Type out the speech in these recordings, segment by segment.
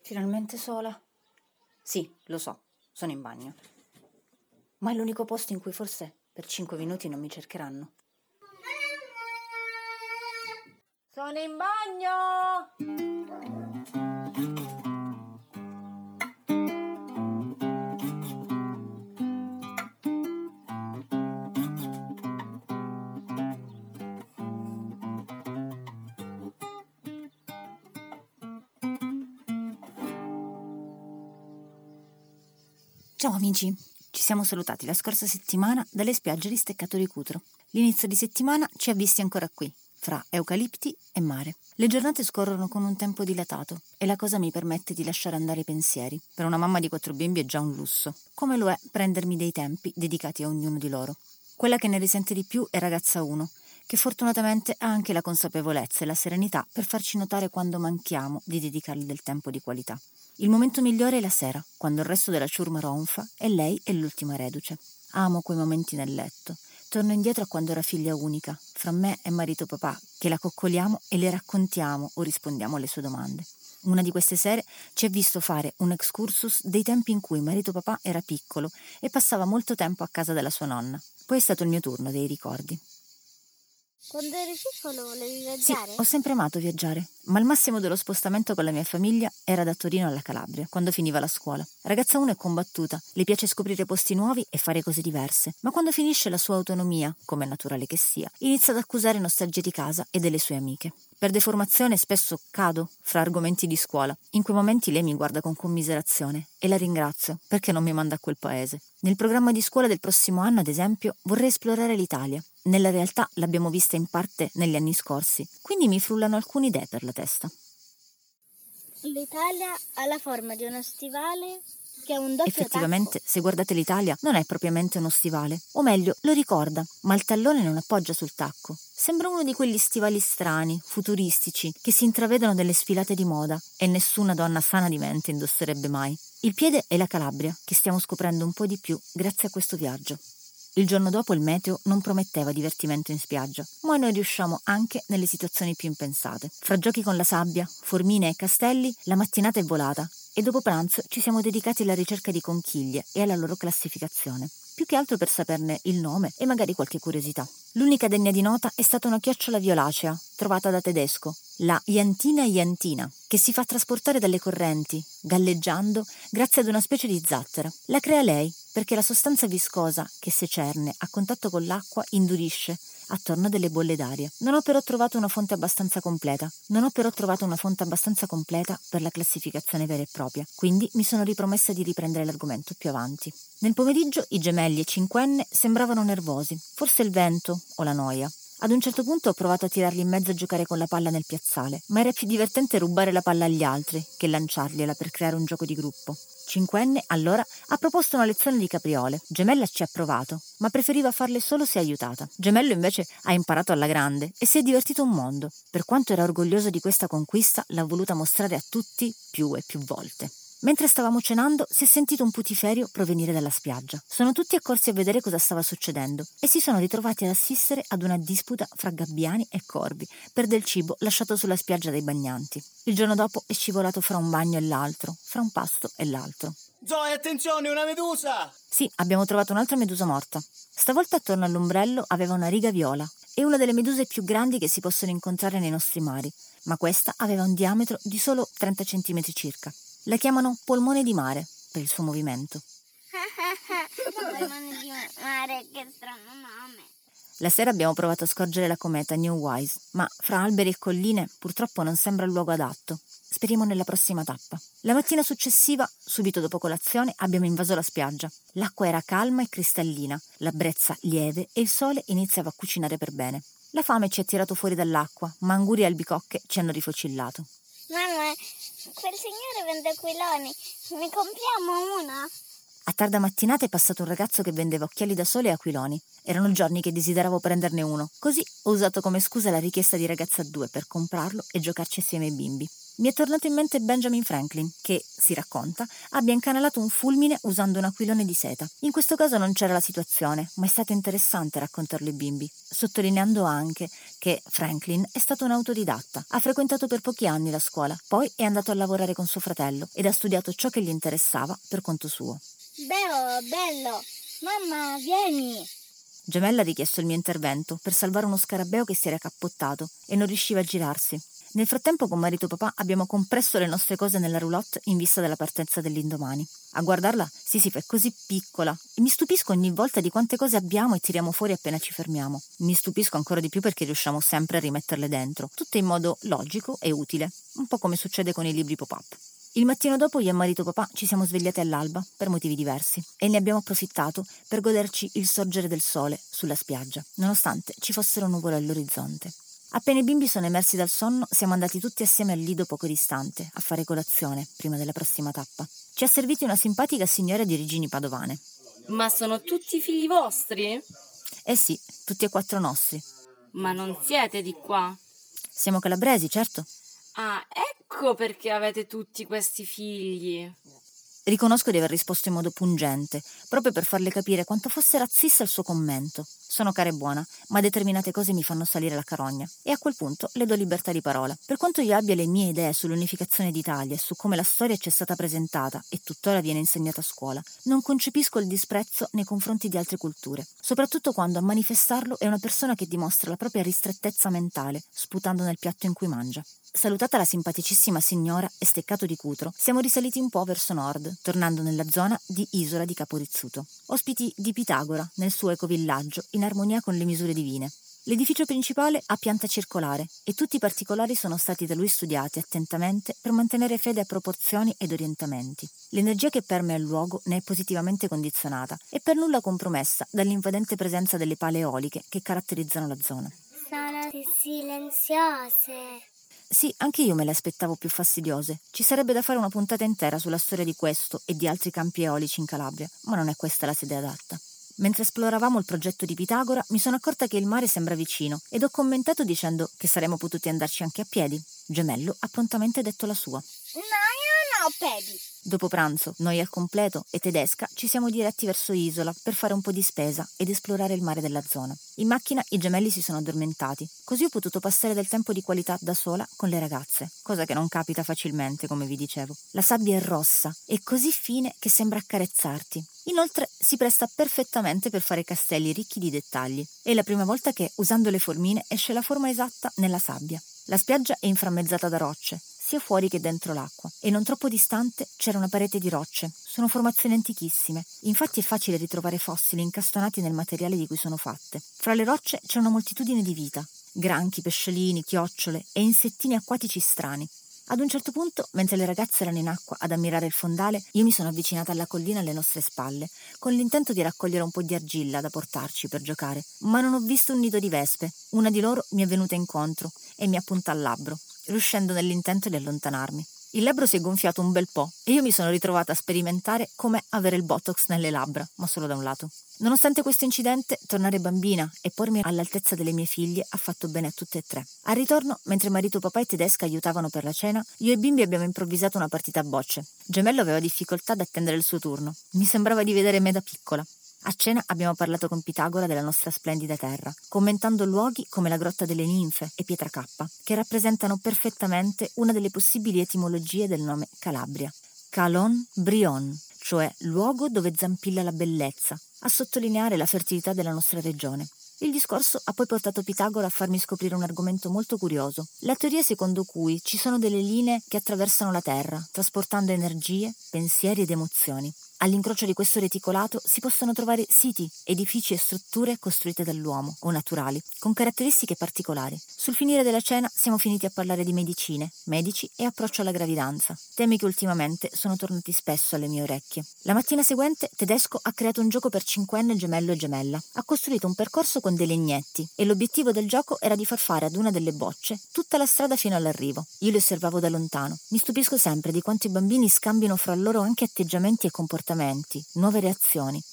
Finalmente sola? Sì, lo so, sono in bagno. Ma è l'unico posto in cui forse per 5 minuti non mi cercheranno. Sono in bagno! Ciao amici, ci siamo salutati la scorsa settimana dalle spiagge di Steccato di Cutro. L'inizio di settimana ci ha visti ancora qui, fra eucalipti e mare. Le giornate scorrono con un tempo dilatato e la cosa mi permette di lasciare andare i pensieri. Per una mamma di 4 bimbi è già un lusso, come lo è prendermi dei tempi dedicati a ognuno di loro. Quella che ne risente di più è ragazza 1, che fortunatamente ha anche la consapevolezza e la serenità per farci notare quando manchiamo di dedicargli del tempo di qualità. Il momento migliore è la sera, quando il resto della ciurma ronfa e lei è l'ultima reduce. Amo quei momenti nel letto. Torno indietro a quando era figlia unica, fra me e marito papà, che la coccoliamo e le raccontiamo o rispondiamo alle sue domande. Una di queste sere ci ha visto fare un excursus dei tempi in cui marito papà era piccolo e passava molto tempo a casa della sua nonna. Poi è stato il mio turno dei ricordi. Quando eri piccolo volevi Sì, viaggiare? ho sempre amato viaggiare, ma il massimo dello spostamento con la mia famiglia era da Torino alla Calabria, quando finiva la scuola. Ragazza 1 è combattuta, le piace scoprire posti nuovi e fare cose diverse, ma quando finisce la sua autonomia, come è naturale che sia, inizia ad accusare nostalgia di casa e delle sue amiche. Per deformazione spesso cado fra argomenti di scuola. In quei momenti lei mi guarda con commiserazione e la ringrazio perché non mi manda a quel paese. Nel programma di scuola del prossimo anno, ad esempio, vorrei esplorare l'Italia. Nella realtà l'abbiamo vista in parte negli anni scorsi, quindi mi frullano alcune idee per la testa. L'Italia ha la forma di uno stivale che ha un doppio Effettivamente, tacco. se guardate l'Italia, non è propriamente uno stivale. O meglio, lo ricorda, ma il tallone non appoggia sul tacco. Sembra uno di quegli stivali strani, futuristici, che si intravedono nelle sfilate di moda e nessuna donna sana di mente indosserebbe mai. Il piede è la Calabria, che stiamo scoprendo un po' di più grazie a questo viaggio. Il giorno dopo il meteo non prometteva divertimento in spiaggia, ma noi riusciamo anche nelle situazioni più impensate. Fra giochi con la sabbia, formine e castelli, la mattinata è volata e dopo pranzo ci siamo dedicati alla ricerca di conchiglie e alla loro classificazione, più che altro per saperne il nome e magari qualche curiosità. L'unica degna di nota è stata una chiocciola violacea, trovata da tedesco, la Iantina iantina, che si fa trasportare dalle correnti, galleggiando, grazie ad una specie di zattera. La crea lei, perché la sostanza viscosa che secerne a contatto con l'acqua indurisce attorno a delle bolle d'aria. Non ho però trovato una fonte abbastanza completa per la classificazione vera e propria, quindi mi sono ripromessa di riprendere l'argomento più avanti. Nel pomeriggio i gemelli e cinquenne sembravano nervosi, forse il vento o la noia. Ad un certo punto ho provato a tirarli in mezzo a giocare con la palla nel piazzale, ma era più divertente rubare la palla agli altri che lanciargliela per creare un gioco di gruppo. Cinquenne, allora, ha proposto una lezione di capriole. Gemella ci ha provato, ma preferiva farle solo se aiutata. Gemello invece ha imparato alla grande e si è divertito un mondo. Per quanto era orgoglioso di questa conquista, l'ha voluta mostrare a tutti più e più volte. Mentre stavamo cenando, si è sentito un putiferio provenire dalla spiaggia. Sono tutti accorsi a vedere cosa stava succedendo e si sono ritrovati ad assistere ad una disputa fra gabbiani e corvi per del cibo lasciato sulla spiaggia dai bagnanti. Il giorno dopo è scivolato fra un bagno e l'altro, fra un pasto e l'altro. Zoe, attenzione, una medusa! Sì, abbiamo trovato un'altra medusa morta. Stavolta attorno all'ombrello aveva una riga viola. È una delle meduse più grandi che si possono incontrare nei nostri mari, ma questa aveva un diametro di solo 30 cm circa. La chiamano polmone di mare per il suo movimento. Polmone di mare, che strano nome. La sera abbiamo provato a scorgere la cometa New Wise, ma fra alberi e colline purtroppo non sembra il luogo adatto. Speriamo nella prossima tappa. La mattina successiva, subito dopo colazione, abbiamo invaso la spiaggia. L'acqua era calma e cristallina, la brezza lieve e il sole iniziava a cucinare per bene. La fame ci ha tirato fuori dall'acqua, ma anguri e albicocche ci hanno rifocillato. Mamma, quel signore vende aquiloni. Ne compriamo una? A tarda mattinata è passato un ragazzo che vendeva occhiali da sole e aquiloni. Erano giorni che desideravo prenderne uno, così ho usato come scusa la richiesta di ragazza 2 per comprarlo e giocarci assieme ai bimbi. Mi è tornato in mente Benjamin Franklin, che, si racconta, abbia incanalato un fulmine usando un aquilone di seta. In questo caso non c'era la situazione, ma è stato interessante raccontarlo ai bimbi, sottolineando anche che Franklin è stato un autodidatta. Ha frequentato per pochi anni la scuola, poi è andato a lavorare con suo fratello ed ha studiato ciò che gli interessava per conto suo. Beh, bello! Mamma, vieni! Gemella ha richiesto il mio intervento per salvare uno scarabeo che si era cappottato e non riusciva a girarsi. Nel frattempo con marito e papà abbiamo compresso le nostre cose nella roulotte in vista della partenza dell'indomani. A guardarla, Sisif è così piccola e mi stupisco ogni volta di quante cose abbiamo e tiriamo fuori appena ci fermiamo. Mi stupisco ancora di più perché riusciamo sempre a rimetterle dentro, tutte in modo logico e utile, un po' come succede con i libri pop-up. Il mattino dopo io e marito e papà ci siamo svegliati all'alba per motivi diversi e ne abbiamo approfittato per goderci il sorgere del sole sulla spiaggia, nonostante ci fossero nuvole all'orizzonte. Appena i bimbi sono emersi dal sonno, siamo andati tutti assieme al lido poco distante a fare colazione prima della prossima tappa. Ci ha serviti una simpatica signora di origini padovane. Ma sono tutti figli vostri? Eh sì, tutti e 4 nostri. Ma non siete di qua? Siamo calabresi, certo. Ah, ecco perché avete tutti questi figli. Riconosco di aver risposto in modo pungente, proprio per farle capire quanto fosse razzista il suo commento. Sono cara e buona, ma determinate cose mi fanno salire la carogna, e a quel punto le do libertà di parola. Per quanto io abbia le mie idee sull'unificazione d'Italia e su come la storia ci è stata presentata e tuttora viene insegnata a scuola, non concepisco il disprezzo nei confronti di altre culture, soprattutto quando a manifestarlo è una persona che dimostra la propria ristrettezza mentale, sputando nel piatto in cui mangia. Salutata la simpaticissima signora e steccato di Cutro, siamo risaliti un po' verso nord, tornando nella zona di Isola di Caporizzuto, ospiti di Pitagora nel suo ecovillaggio in armonia con le misure divine. L'edificio principale ha pianta circolare e tutti i particolari sono stati da lui studiati attentamente per mantenere fede a proporzioni ed orientamenti. L'energia che permea il luogo ne è positivamente condizionata e per nulla compromessa dall'invadente presenza delle pale eoliche che caratterizzano la zona. Sono silenziose. Sì, anche io me le aspettavo più fastidiose. Ci sarebbe da fare una puntata intera sulla storia di questo e di altri campi eolici in Calabria, ma non è questa la sede adatta. Mentre esploravamo il progetto di Pitagora, mi sono accorta che il mare sembra vicino ed ho commentato dicendo che saremmo potuti andarci anche a piedi. Gemello ha prontamente detto la sua. No, Pedi. Dopo pranzo, noi al completo e Tedesca ci siamo diretti verso Isola per fare un po' di spesa ed esplorare il mare della zona. In macchina i gemelli si sono addormentati, così ho potuto passare del tempo di qualità da sola con le ragazze, cosa che non capita facilmente, come vi dicevo. La sabbia è rossa e così fine che sembra accarezzarti. Inoltre si presta perfettamente per fare castelli ricchi di dettagli. È la prima volta che, usando le formine, esce la forma esatta nella sabbia. La spiaggia è inframmezzata da rocce, sia fuori che dentro l'acqua, e non troppo distante c'era una parete di rocce. Sono formazioni antichissime, infatti è facile ritrovare fossili incastonati nel materiale di cui sono fatte. Fra le rocce c'è una moltitudine di vita, granchi, pesciolini, chiocciole e insettini acquatici strani. Ad un certo punto, mentre le ragazze erano in acqua ad ammirare il fondale, io mi sono avvicinata alla collina alle nostre spalle, con l'intento di raccogliere un po' di argilla da portarci per giocare, ma non ho visto un nido di vespe. Una di loro mi è venuta incontro e mi ha punta al labbro, riuscendo nell'intento di allontanarmi. Il labbro si è gonfiato un bel po' e io mi sono ritrovata a sperimentare com'è avere il botox nelle labbra, ma solo da un lato. Nonostante questo incidente, tornare bambina e pormi all'altezza delle mie figlie ha fatto bene a tutte e tre. Al ritorno, mentre marito, papà e Tedesca aiutavano per la cena, io e i bimbi abbiamo improvvisato una partita a bocce. Gemello aveva difficoltà ad attendere il suo turno. Mi sembrava di vedere me da piccola. A cena abbiamo parlato con Pitagora della nostra splendida terra, commentando luoghi come la Grotta delle Ninfe e Pietra Kappa, che rappresentano perfettamente una delle possibili etimologie del nome Calabria. Calon Brion, cioè luogo dove zampilla la bellezza, a sottolineare la fertilità della nostra regione. Il discorso ha poi portato Pitagora a farmi scoprire un argomento molto curioso, la teoria secondo cui ci sono delle linee che attraversano la Terra, trasportando energie, pensieri ed emozioni. All'incrocio di questo reticolato si possono trovare siti, edifici e strutture costruite dall'uomo o naturali, con caratteristiche particolari. Sul finire della cena siamo finiti a parlare di medicine, medici e approccio alla gravidanza, temi che ultimamente sono tornati spesso alle mie orecchie. La mattina seguente Tedesco ha creato un gioco per 5enne gemello e gemella. Ha costruito un percorso con dei legnetti e l'obiettivo del gioco era di far fare ad una delle bocce tutta la strada fino all'arrivo. Io li osservavo da lontano. Mi stupisco sempre di quanto i bambini scambino fra loro anche atteggiamenti e comportamenti, nuove reazioni.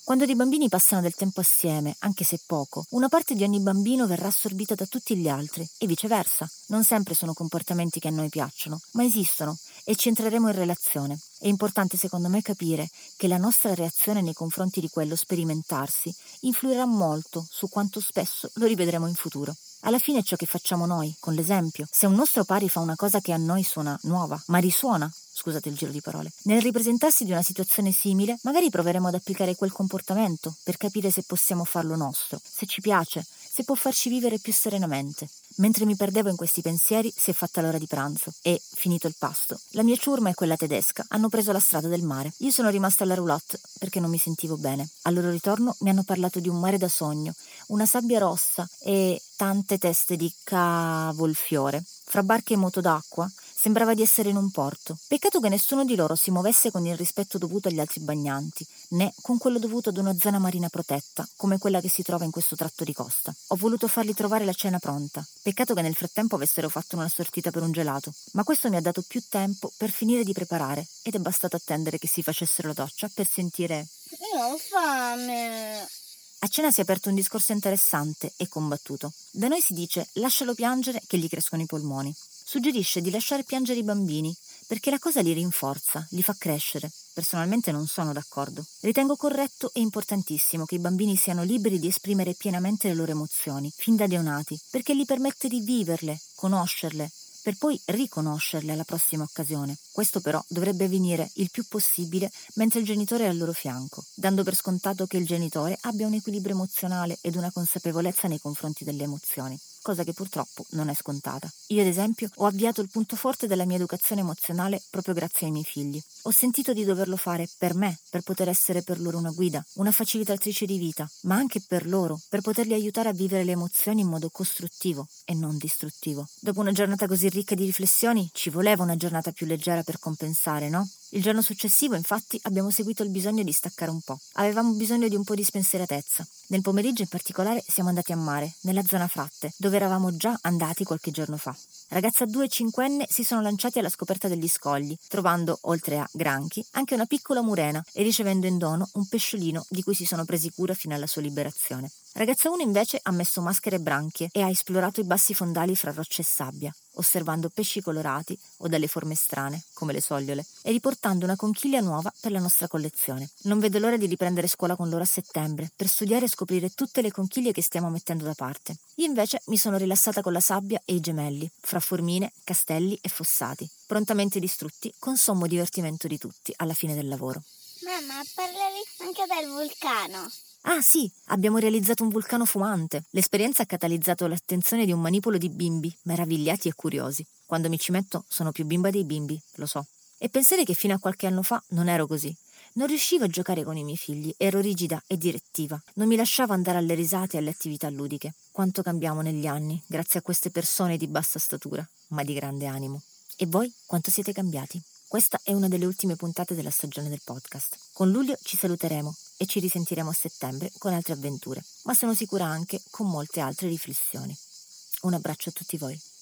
Quando dei bambini passano del tempo assieme, anche se poco, una parte di ogni bambino verrà assorbita da tutti gli altri e viceversa. Non sempre sono comportamenti che a noi piacciono, ma esistono e ci entreremo in relazione. È importante secondo me capire che la nostra reazione nei confronti di quello sperimentarsi influirà molto su quanto spesso lo rivedremo in futuro. Alla fine è ciò che facciamo noi, con l'esempio. Se un nostro pari fa una cosa che a noi suona nuova, ma risuona, scusate il giro di parole, nel ripresentarsi di una situazione simile, magari proveremo ad applicare quel comportamento per capire se possiamo farlo nostro, se ci piace, se può farci vivere più serenamente. Mentre mi perdevo in questi pensieri si è fatta l'ora di pranzo e, finito il pasto, la mia ciurma e quella tedesca hanno preso la strada del mare. Io sono rimasta alla roulotte perché non mi sentivo bene. Al loro ritorno mi hanno parlato di un mare da sogno, una sabbia rossa e tante teste di cavolfiore. Fra barche e moto d'acqua sembrava di essere in un porto. Peccato che nessuno di loro si muovesse con il rispetto dovuto agli altri bagnanti, né con quello dovuto ad una zona marina protetta, come quella che si trova in questo tratto di costa. Ho voluto farli trovare la cena pronta. Peccato che nel frattempo avessero fatto una sortita per un gelato, ma questo mi ha dato più tempo per finire di preparare ed è bastato attendere che si facessero la doccia per sentire... Io ho fame. A cena si è aperto un discorso interessante e combattuto. Da noi si dice lascialo piangere che gli crescono i polmoni. Suggerisce di lasciare piangere i bambini perché la cosa li rinforza, li fa crescere. Personalmente non sono d'accordo. Ritengo corretto e importantissimo che i bambini siano liberi di esprimere pienamente le loro emozioni, fin da neonati, perché gli permette di viverle, conoscerle, per poi riconoscerle alla prossima occasione. Questo però dovrebbe avvenire il più possibile mentre il genitore è al loro fianco, dando per scontato che il genitore abbia un equilibrio emozionale ed una consapevolezza nei confronti delle emozioni, cosa che purtroppo non è scontata. Io, ad esempio, ho avviato il punto forte della mia educazione emozionale proprio grazie ai miei figli. Ho sentito di doverlo fare per me, per poter essere per loro una guida, una facilitatrice di vita, ma anche per loro, per poterli aiutare a vivere le emozioni in modo costruttivo e non distruttivo. Dopo una giornata così ricca di riflessioni, ci voleva una giornata più leggera per compensare, no? Il giorno successivo, infatti, abbiamo seguito il bisogno di staccare un po'. Avevamo bisogno di un po' di spensieratezza. Nel pomeriggio, in particolare, siamo andati a mare, nella zona Fratte, dove eravamo già andati qualche giorno fa. Ragazza 2 e 5enne si sono lanciati alla scoperta degli scogli, trovando, oltre a granchi, anche una piccola murena e ricevendo in dono un pesciolino di cui si sono presi cura fino alla sua liberazione. Ragazza 1 invece ha messo maschere e branchie e ha esplorato i bassi fondali fra rocce e sabbia, osservando pesci colorati o dalle forme strane, come le sogliole, e riportando una conchiglia nuova per la nostra collezione. Non vedo l'ora di riprendere scuola con loro a settembre, per studiare e scoprire tutte le conchiglie che stiamo mettendo da parte. Io invece mi sono rilassata con la sabbia e i gemelli, fra formine, castelli e fossati, prontamente distrutti con sommo divertimento di tutti alla fine del lavoro. Mamma, parlavi anche del vulcano. Ah sì, abbiamo realizzato un vulcano fumante. L'esperienza ha catalizzato l'attenzione di un manipolo di bimbi, meravigliati e curiosi. Quando mi ci metto sono più bimba dei bimbi, lo so. E pensare che fino a qualche anno fa non ero così. Non riuscivo a giocare con i miei figli, ero rigida e direttiva. Non mi lasciavo andare alle risate e alle attività ludiche. Quanto cambiamo negli anni, grazie a queste persone di bassa statura, ma di grande animo. E voi, quanto siete cambiati? Questa è una delle ultime puntate della stagione del podcast. Con luglio ci saluteremo e ci risentiremo a settembre con altre avventure, ma sono sicura anche con molte altre riflessioni. Un abbraccio a tutti voi.